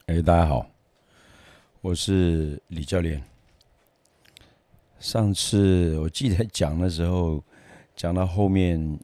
大家好，我是李教练。上次我记得讲的时候，讲到后面，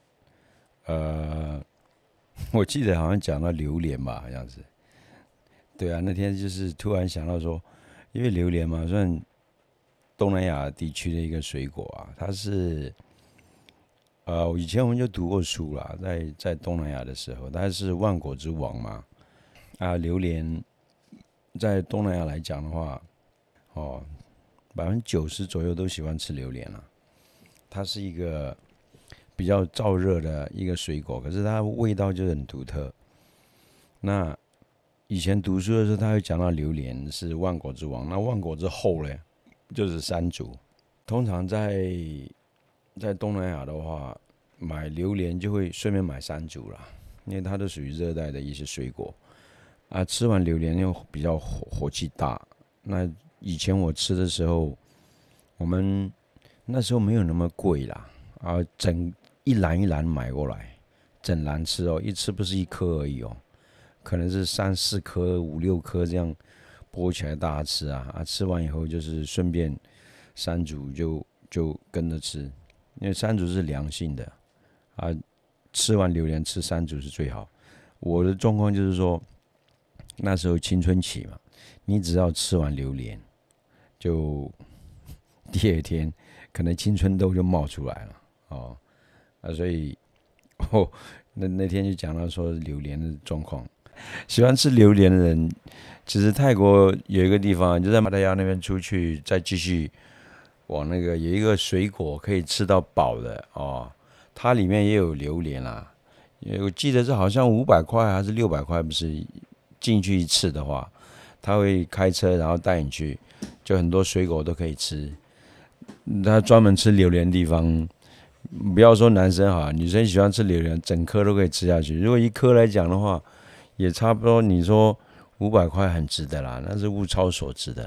我记得好像讲到榴莲吧，好像是。对啊，那天就是突然想到说，因为榴莲嘛，算东南亚地区的一个水果啊，它是以前我们就读过书啦，在东南亚的时候，它是万果之王嘛。榴莲在东南亚来讲的话，哦，90%左右都喜欢吃榴莲了。它是一个比较燥热的一个水果，可是它味道就很独特。那以前读书的时候，他会讲到榴莲是万果之王，那万果之后呢，就是山竹。通常在东南亚的话，买榴莲就会顺便买山竹啦，因为它都属于热带的一些水果吃完榴莲又比较火气大。那以前我吃的时候，我们那时候没有那么贵啦，整一篮一篮买过来，整篮吃哦，一吃不是一颗而已哦，可能是3、4颗、5、6颗这样剥起来大家吃吃完以后就是顺便山竹就跟着吃，因为山竹是凉性的吃完榴莲吃山竹是最好。我的状况就是说，那时候青春期嘛，你只要吃完榴莲，就第二天可能青春痘就冒出来了所以那天就讲到说榴莲的状况。喜欢吃榴莲的人，其实泰国有一个地方，就在马达亚那边出去，再继续往那个有一个水果可以吃到饱的它里面也有榴莲啦。我记得是好像500块还是600块，不是进去一次的话，他会开车然后带你去，就很多水果都可以吃。他专门吃榴莲的地方，不要说男生好，女生喜欢吃榴莲，整颗都可以吃下去。如果一颗来讲的话，也差不多。你说500块很值得啦，那是物超所值的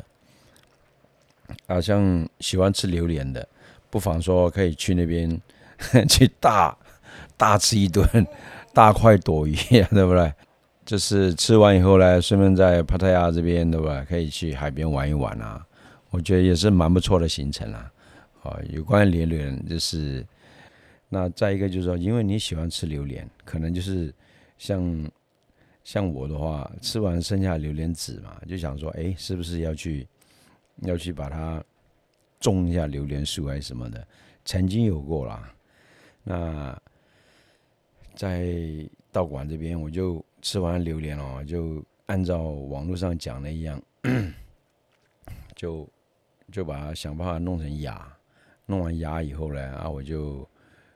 像喜欢吃榴莲的，不妨说可以去那边去大吃一顿，大快朵颐对不对？就是吃完以后呢，顺便在帕塔亚这边，对吧？可以去海边玩一玩我觉得也是蛮不错的行程有关于榴莲，就是那再一个就是说，因为你喜欢吃榴莲，可能就是像我的话，吃完剩下的榴莲籽嘛，就想说，是不是要去把它种一下榴莲树还是什么的？曾经有过啦。那在道馆这边，我就吃完榴莲就按照网络上讲的一样，就把它想办法弄成芽。弄完芽以后呢，我就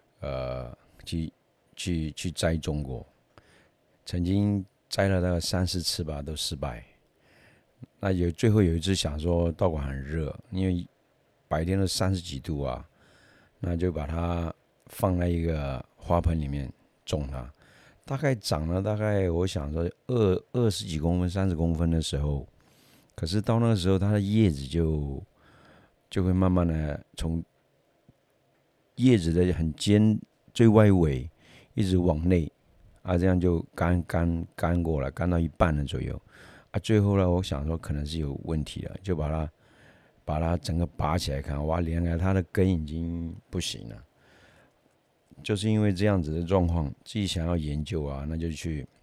去栽种过，曾经摘了大概3、4次吧，都失败。那最后有一次想说道馆很热，因为白天都30几度那就把它放在一个花盆里面种它。大概长了我想说20几公分、30公分的时候，可是到那个时候它的叶子就会慢慢的从叶子的很尖最外围一直往内这样就干过来，干到一半了左右最后呢，我想说可能是有问题了，就把它整个拔起来看，哇，原来它的根已经不行了。就是因为这样子的状况，自己想要研究那就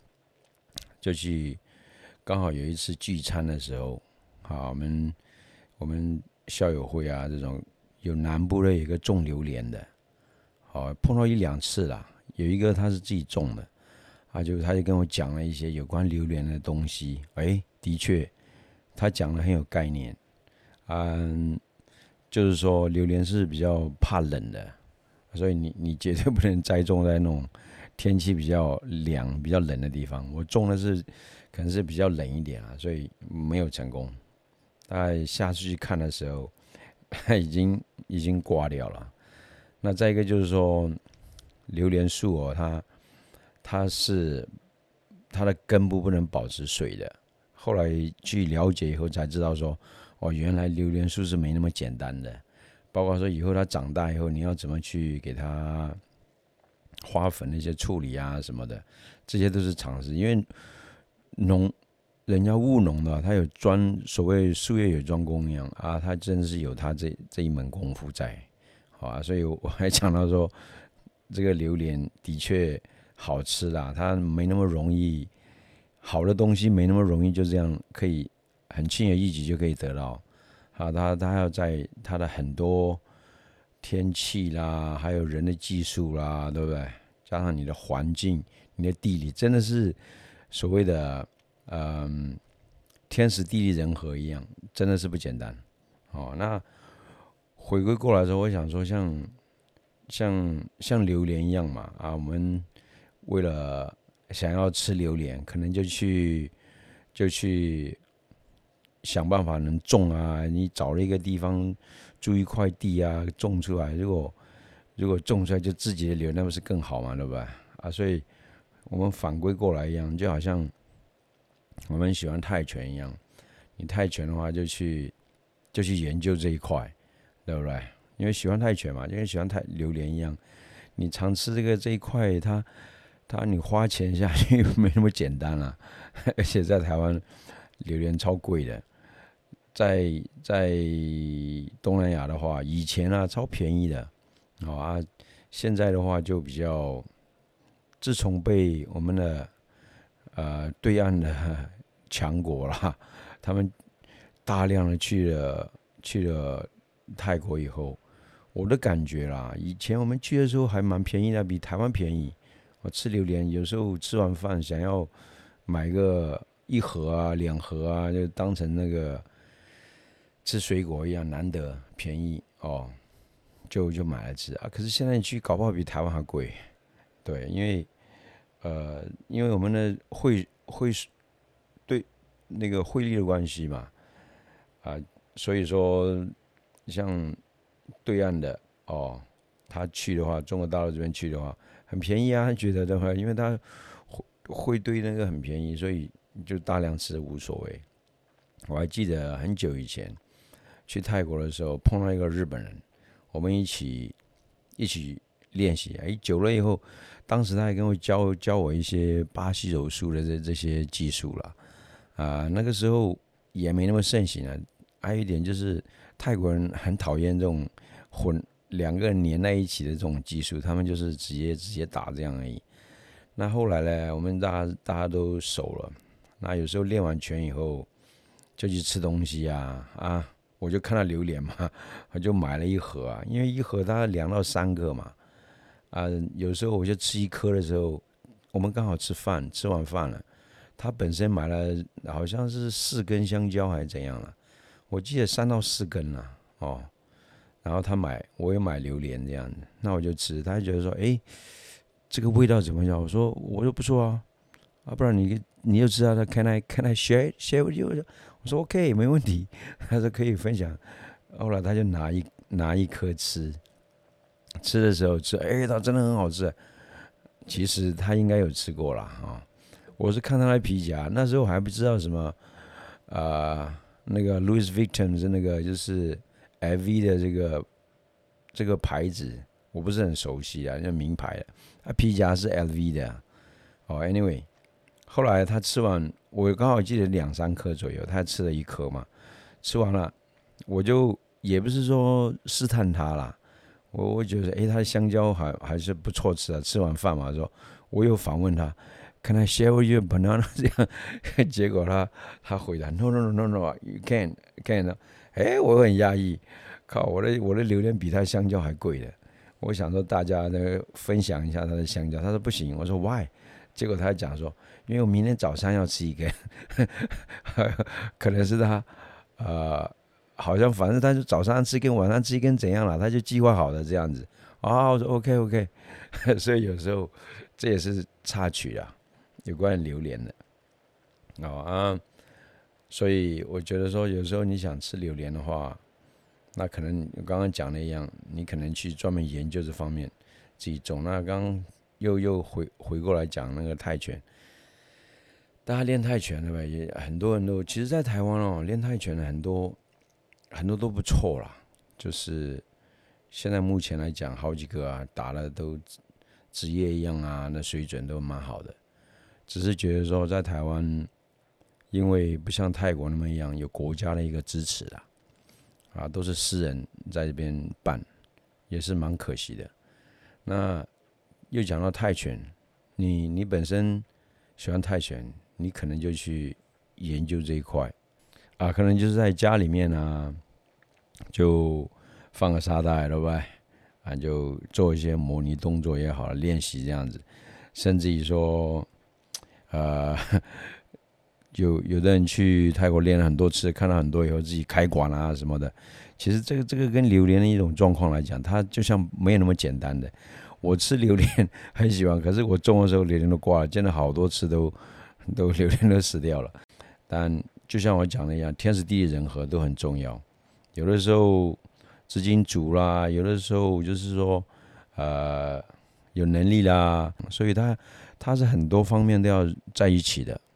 去，刚好有一次聚餐的时候我们校友会这种有南部的有一个种榴莲的碰到1、2次啦。有一个他是自己种的他就跟我讲了一些有关榴莲的东西。的确他讲的很有概念就是说榴莲是比较怕冷的，所以你绝对不能栽种在那种天气比较凉、比较冷的地方。我种的是可能是比较冷一点所以没有成功。大概下次去看的时候，已经挂掉了。那再一个就是说，榴莲树它的根部不能保持水的。后来去了解以后才知道说，原来榴莲树是没那么简单的。包括说以后它长大以后，你要怎么去给它花粉那些处理什么的，这些都是常识。因为人家务农的，他有所谓术业有专攻一样啊，他真是有他这一门功夫在，好啊，所以我还讲到说，这个榴莲的确好吃啦，它没那么容易，好的东西没那么容易就这样可以很轻而易举就可以得到，啊，它要在它的很多天气啦，还有人的技术啦，对不对？加上你的环境、你的地理，真的是所谓的天时地利人和一样，真的是不简单。哦，那回归过来的时候，我想说像榴莲一样嘛，啊，我们为了想要吃榴莲，可能就去想办法能种啊，你找了一个地方租一块地啊，种出来，如果种出来就自己的榴莲，那不是更好嘛，对不对？啊，所以我们反归过来一样，就好像我们喜欢泰拳一样，你泰拳的话就去研究这一块，对不对？因为喜欢泰拳嘛，因为喜欢榴莲一样，你常吃这一块，你花钱下去没那么简单啦、而且在台湾榴莲超贵的，在东南亚的话，以前啊超便宜的，好啊，现在的话就比较，自从被我们的对岸的强国啦，他们大量的去了泰国以后，我的感觉啦，以前我们去的时候还蛮便宜的，比台湾便宜。我吃榴莲，有时候吃完饭想要买个一盒啊、2盒啊，就当成那个吃水果一样，难得便宜哦，就买来吃啊。可是现在你去，搞不好比台湾还贵。对，因为我们的对那个汇率的关系嘛，啊，所以说像对岸的哦，他去的话，中国大陆这边去的话，很便宜啊，他觉得的话，因为他汇兑那个很便宜，所以就大量吃无所谓。我还记得很久以前去泰国的时候，碰到一个日本人，我们一起练习，久了以后，当时他还跟我教我一些巴西柔术的这些技术了，那个时候也没那么盛行啊。还有一点就是泰国人很讨厌这种两个人黏在一起的这种技术，他们就是直接打这样而已。那后来呢，我们大家都熟了，那有时候练完拳以后就去吃东西啊，我就看到榴莲嘛，我就买了一盒啊，因为一盒它2到3个嘛，有时候我就吃一颗的时候，我们刚好吃完饭了，他本身买了好像是4根香蕉还是怎样了，我记得3到4根了哦，然后我也买榴莲这样子，那我就吃，他就觉得说，这个味道怎么样？我说不错啊，不然你就知道他 can I share with you？我说 OK 没问题，他说可以分享。后来他就拿一颗吃的时候吃，它真的很好吃。其实他应该有吃过啦啊，我是看他的皮夹，那时候还不知道什么那个 Louis Vuitton 是那个就是 LV 的这个牌子，我不是很熟悉啊，那名牌的，他皮夹是 LV 的anyway，后来他吃完，我刚好记得2、3颗左右，他吃了1颗嘛，吃完了，我就也不是说试探他啦，我觉得他的香蕉还是不错吃啊，吃完饭嘛，说我有访问他，Can I share with you a banana？ 这样，结果他回答 No No No No No，You can，我很压抑，靠，我的榴莲比他香蕉还贵的，我想说大家分享一下他的香蕉，他说不行，我说 Why？结果他讲说，因为我明天早上要吃1根，可能是他好像反正他就早上吃1根，晚上吃1根怎样了，他就计划好了这样子。我说 OK， 所以有时候这也是插曲啊，有关榴莲的所以我觉得说有时候你想吃榴莲的话，那可能我刚刚讲的一样，你可能去专门研究这方面自己种。那刚刚又回过来讲那个泰拳，大家练泰拳对吧？也很多人都，其实，在台湾练泰拳的很多都不错啦。就是现在目前来讲，好几个打了都职业一样那水准都蛮好的。只是觉得说在台湾， 因为不像泰国那么样有国家的一个支持啦，都是私人在这边办，也是蛮可惜的。那又讲到泰拳，你本身喜欢泰拳，你可能就去研究这一块可能就是在家里面就放个沙袋，对不对？就做一些模拟动作也好，练习这样子，甚至于说，有的人去泰国练了很多次，看到很多以后自己开馆什么的。其实这个跟榴莲的一种状况来讲，它就像没有那么简单的。我吃榴莲很喜欢，可是我种的时候榴莲都挂了，见了好多次都榴莲都死掉了。但就像我讲的一样，天时地利人和都很重要。有的时候资金足啦，有的时候就是说有能力啦，所以它是很多方面都要在一起的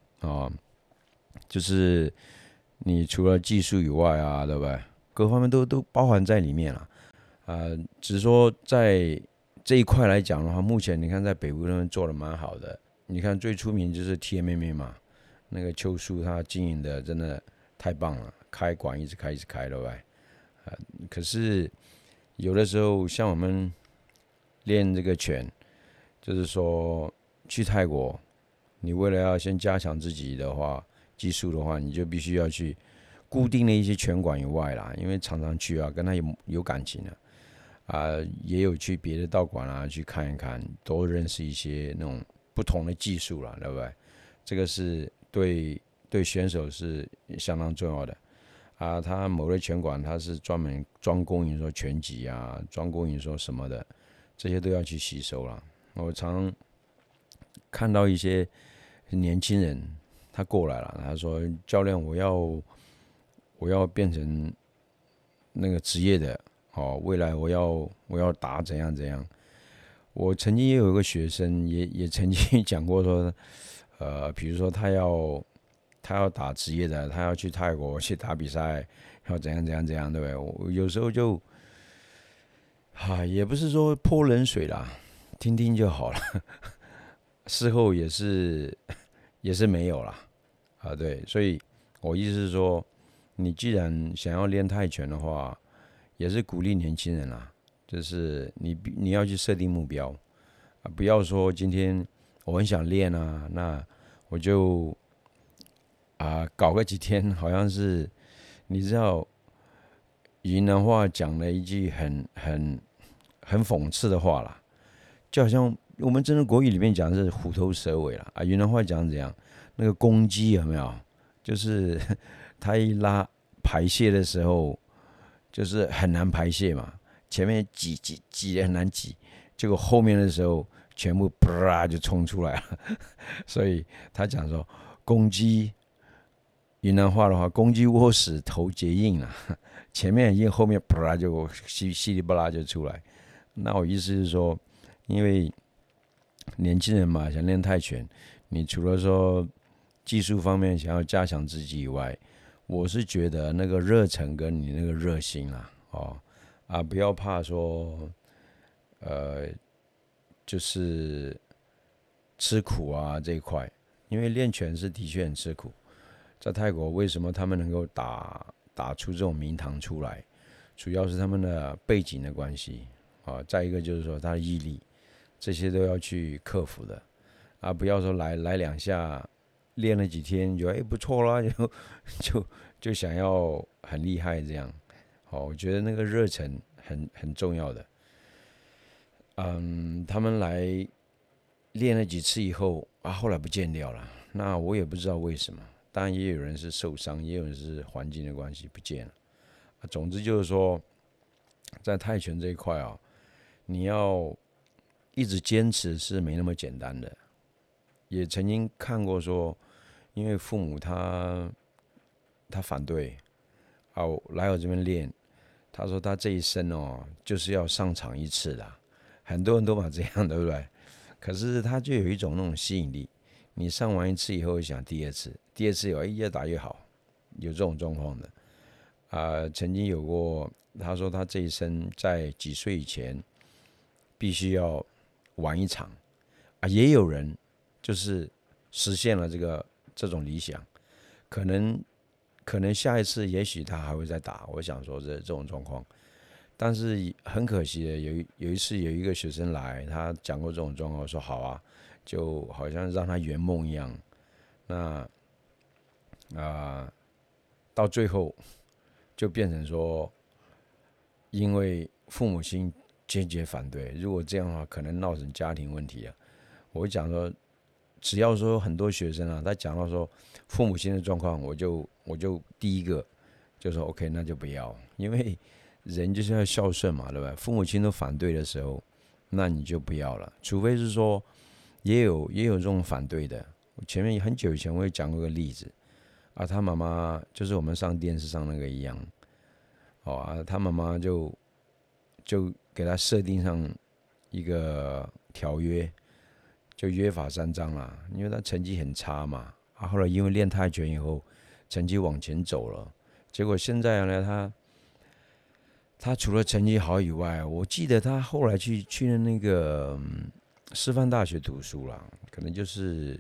就是你除了技术以外对不对？各方面都包含在里面了只是说在这一块来讲的话，目前你看在北部那边做的蛮好的。你看最出名就是 TMMA 嘛，那个邱叔他经营的真的太棒了，开馆一直开，对不对？可是有的时候像我们练这个拳，就是说去泰国，你为了要先加强自己的话，技术的话，你就必须要去固定的一些拳馆以外啦，因为常常去跟他有感情也有去别的道馆去看一看，多认识一些那种不同的技术啦，对不对？这个是对选手是相当重要的他某类拳馆他是专供应说拳击专供应说什么的，这些都要去吸收啦。我常看到一些年轻人他过来了，他说教练我要变成那个职业的未来我要打怎样怎样。我曾经也有一个学生也曾经讲过说比如说他要打职业的，他要去泰国去打比赛，要怎样怎样怎样，对不对？我有时候就也不是说泼冷水啦，听听就好了，事后也是没有啦对，所以我意思是说，你既然想要练泰拳的话，也是鼓励年轻人啦，就是你要去设定目标不要说今天我很想练那我就搞个几天，好像是你知道云南话讲了一句很讽刺的话啦，就好像我们真的国语里面讲的是虎头蛇尾啦云南话讲怎样？那个公鸡有没有？就是它一拉排泄的时候，就是很难排泄嘛，前面挤也很难挤，结果后面的时候全部啪就冲出来了。所以他讲说，公鸡云南话的话，公鸡窝屎头结印了，前面印，后面啪就稀里巴拉就出来。那我意思是说，因为年轻人嘛，想练泰拳，你除了说技术方面想要加强自己以外，我是觉得那个热忱跟你那个热心不要怕说就是吃苦这一块，因为练拳是的确很吃苦。在泰国为什么他们能够打出这种名堂出来，主要是他们的背景的关系再一个就是说他的毅力，这些都要去克服的不要说来两下练了几天就不错啦，就想要很厉害这样我觉得那个热忱很重要的他们来练了几次以后后来不见掉了，那我也不知道为什么，当然也有人是受伤，也有人是环境的关系不见了总之就是说在泰拳这一块你要一直坚持是没那么简单的。也曾经看过说，因为父母他反对来我这边练，他说他这一生就是要上场一次的，很多人都嘛这样，对不对？可是他就有一种那种吸引力，你上完一次以后想第二次，第二次越打越好，有这种状况的曾经有过，他说他这一生在几岁以前必须要玩一场也有人就是实现了这种理想， 可能下一次也许他还会再打。我想说这种状况，但是很可惜的，有一次有一个学生来，他讲过这种状况，我说好啊，就好像让他圆梦一样。那到最后就变成说，因为父母亲坚决反对，如果这样的话，可能闹成家庭问题啊。我讲说，只要说很多学生啊，他讲到说父母亲的状况，我就第一个就说 OK， 那就不要，因为人就是要孝顺嘛，对吧？父母亲都反对的时候，那你就不要了，除非是说也有这种反对的。前面很久以前我也讲过个例子啊，他妈妈就是我们上电视上那个一样，他妈妈就给他设定上一个条约，就约法三章啦，因为他成绩很差嘛，后来因为练泰拳以后，成绩往前走了，结果现在呢，他除了成绩好以外，我记得他后来去了那个师范大学读书啦，可能就是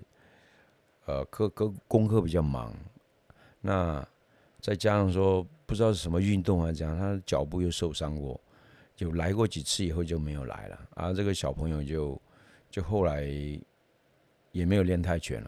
功课比较忙，那再加上说不知道是什么运动啊，这样他的脚步又受伤过，有来过几次以后就没有来了啊。这个小朋友就后来也没有练泰拳了，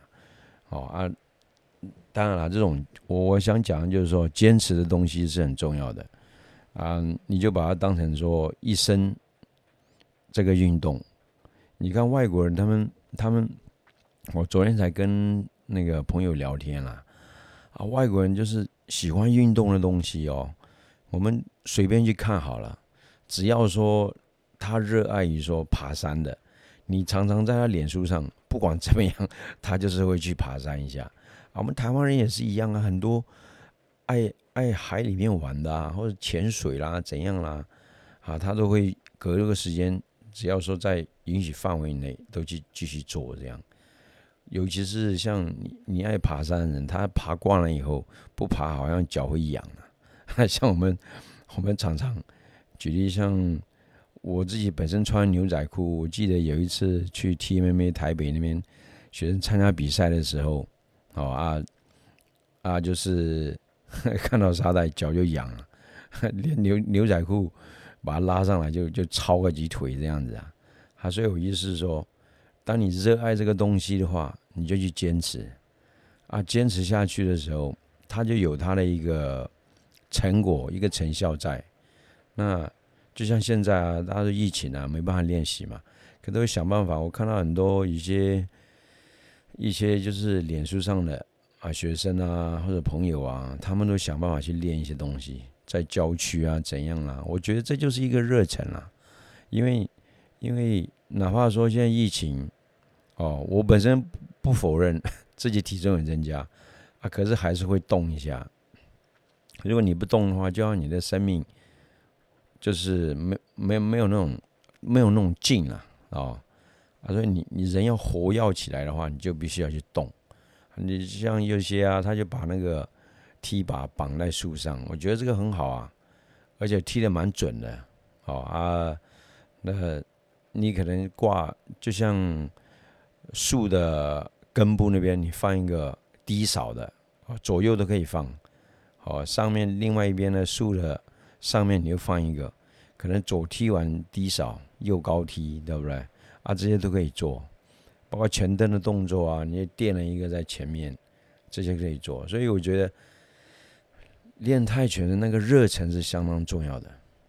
当然了，这种我想讲的就是说，坚持的东西是很重要的啊，你就把它当成说一生这个运动。你看外国人他们，我昨天才跟那个朋友聊天啦，外国人就是喜欢运动的东西我们随便去看好了，只要说他热爱于说爬山的，你常常在他脸书上，不管怎么样，他就是会去爬山一下。我们台湾人也是一样啊，很多爱海里面玩的啊，或者潜水啦，怎样啦，他都会隔这个时间，只要说在允许范围内，都去继续做这样。尤其是像你爱爬山的人，他爬惯了以后，不爬好像脚会痒啊。像我们常常举例，像我自己本身穿牛仔裤，我记得有一次去 TMMA 台北那边学生参加比赛的时候，就是看到沙袋脚就痒了，连牛仔裤把它拉上来就超个几腿这样子啊。所以我意思是说，当你热爱这个东西的话，你就去坚持坚持下去的时候，它就有它的一个成果，一个成效在。那就像现在大家都疫情没办法练习嘛，可都会想办法。我看到很多一些就是脸书上的学生或者朋友他们都想办法去练一些东西，在郊区怎样我觉得这就是一个热忱啦，因为哪怕说现在疫情我本身不否认自己体重有增加可是还是会动一下。如果你不动的话，就像你的生命就是没有那种劲所以你人要活跃起来的话，你就必须要去动。你像有些他就把那个踢靶绑在树上，我觉得这个很好而且踢得蛮准的那你可能挂，就像树的根部那边，你放一个低扫的左右都可以放上面另外一边的树的上面你又放一个，可能左踢完低扫，右高踢，对不对这些都可以做。包括前蹬的动作你也垫了一个在前面，这些可以做。所以我觉得练泰拳的那个热忱是相当重要的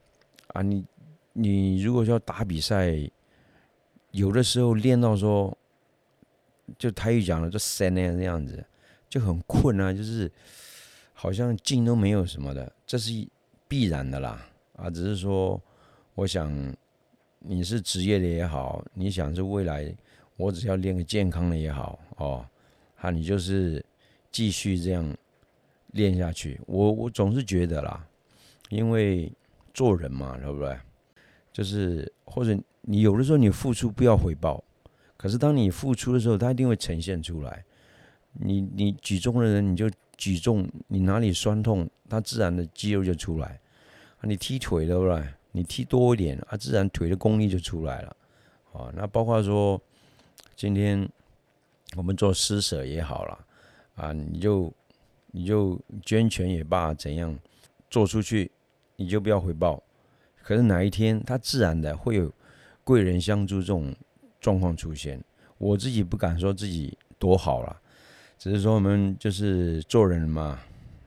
你如果要打比赛，有的时候练到说，就台语讲的就神那样子，就很困就是好像劲都没有什么的，这是必然的啦只是说，我想你是职业的也好，你想是未来我只要练个健康的也好你就是继续这样练下去。我总是觉得啦，因为做人嘛，对不对？就是或者你有的时候你付出不要回报，可是当你付出的时候，它一定会呈现出来。你举重的人，你就举重，你哪里酸痛，它自然的肌肉就出来你踢腿对不对？你踢多一点自然腿的功力就出来了那包括说今天我们做施舍也好了你你就捐钱也罢，怎样做出去，你就不要回报。可是哪一天，它自然的会有贵人相助这种状况出现。我自己不敢说自己多好了，只是说我们就是做人嘛，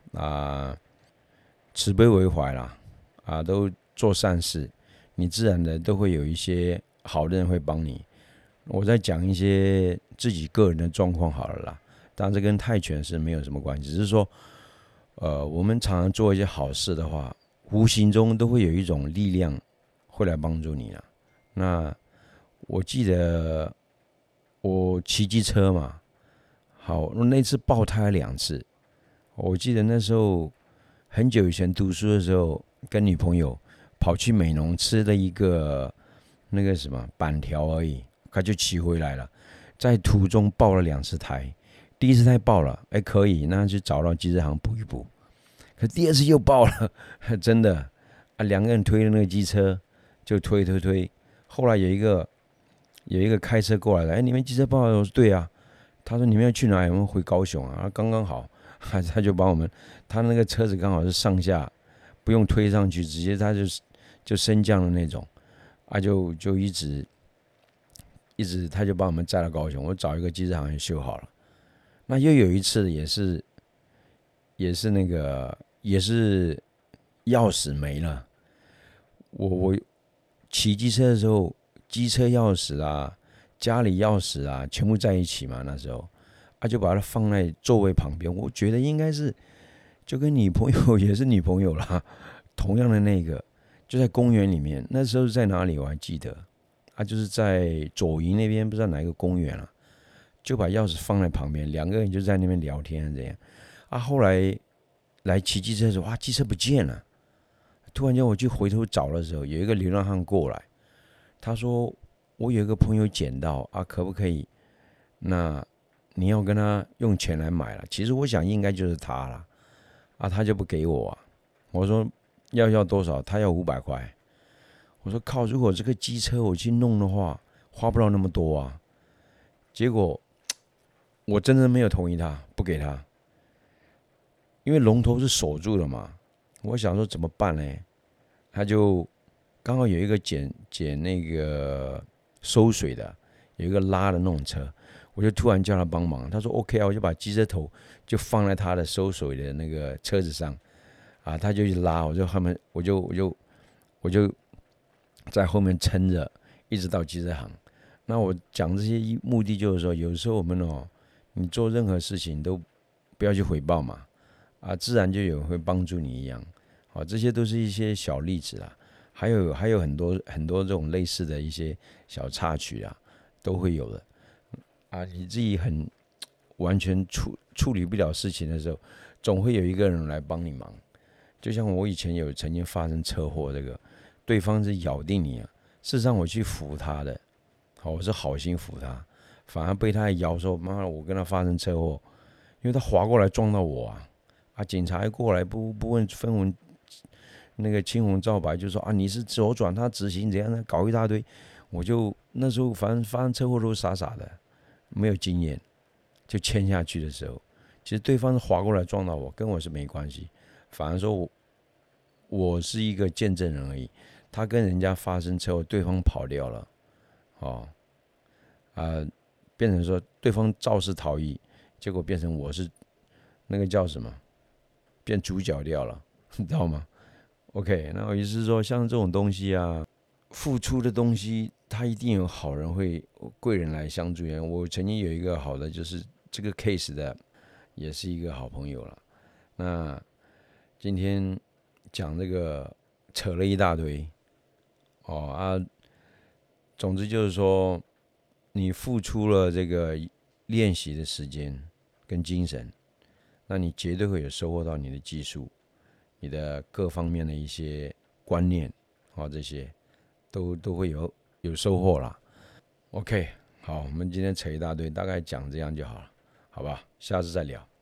慈悲为怀啦，都做善事，你自然的都会有一些好的人会帮你。我在讲一些自己个人的状况好了啦，当然这跟泰拳是没有什么关系，只是说，我们常常做一些好事的话，无形中都会有一种力量会来帮助你啦。那我记得我骑机车嘛，好，那次爆胎2次，我记得那时候很久以前读书的时候，跟女朋友跑去美浓吃了一个那个什么板条而已，他就骑回来了，在途中爆了2次胎。第一次胎爆了，可以，那就找到机车行补一补。可第二次又爆了，真的2个人推的那个机车就推，后来有一个开车过来的，你们机车爆了？我说对啊。他说你们要去哪里？我们回高雄啊，刚刚好，他就把我们，他那个车子刚好是上下不用推上去，直接他就升降的那种，就一直他就把我们载到高雄，我找一个机车行修好了。那又有一次也是那个也是钥匙没了，我骑机车的时候，机车钥匙啊、家里钥匙啊，全部在一起嘛。那时候就把它放在座位旁边。我觉得应该是就跟女朋友也是女朋友啦，同样的那个就在公园里面。那时候是在哪里我还记得，就是在左营那边，不知道哪一个公园啊，就把钥匙放在旁边，2个人就在那边聊天这样。后来来骑机车的时候，机车不见了。突然间我去回头找的时候，有一个流浪汉过来，他说我有一个朋友捡到可不可以？那你要跟他用钱来买了。其实我想应该就是他了，他就不给我啊。我说要多少？他要500块。我说靠，如果这个机车我去弄的话，花不到那么多啊。结果我真的没有同意他，不给他，因为龙头是锁住的嘛。我想说怎么办呢？他就刚好有一个捡那个收水的，有一个拉的那种车，我就突然叫他帮忙。他说 OK 啊，我就把机车头就放在他的收水的那个车子上，他就一直拉，我就在后面撑着，一直到机车行。那我讲这些目的就是说，有时候我们你做任何事情都不要去回报嘛，自然就有人会帮助你一样。这些都是一些小例子啦，还有很多这种类似的一些小插曲都会有的。你自己很完全处理不了事情的时候，总会有一个人来帮你忙。就像我以前曾经发生车祸，这个对方是咬定你事实上我去扶他的，我是好心扶他，反而被他咬说妈的，我跟他发生车祸，因为他滑过来撞到我警察一过来不问分文。那个青红皂白就说你是左转，他直行怎样的，搞一大堆。我就那时候反正发生车祸都傻傻的，没有经验，就牵下去的时候，其实对方是滑过来撞到我，跟我是没关系，反而说我是一个见证人而已。他跟人家发生车祸，对方跑掉了，变成说对方肇事逃逸，结果变成我是那个叫什么，变主角掉了，你知道吗？OK， 那我意思是说，像这种东西付出的东西，他一定有好人贵人来相助。我曾经有一个好的，就是这个 case 的，也是一个好朋友了。那今天讲这个扯了一大堆，总之就是说，你付出了这个练习的时间跟精神，那你绝对会有收获到你的技术。你的各方面的一些观念这些都会有收获啦。OK， 好，我们今天扯一大堆，大概讲这样就好了，好吧？下次再聊。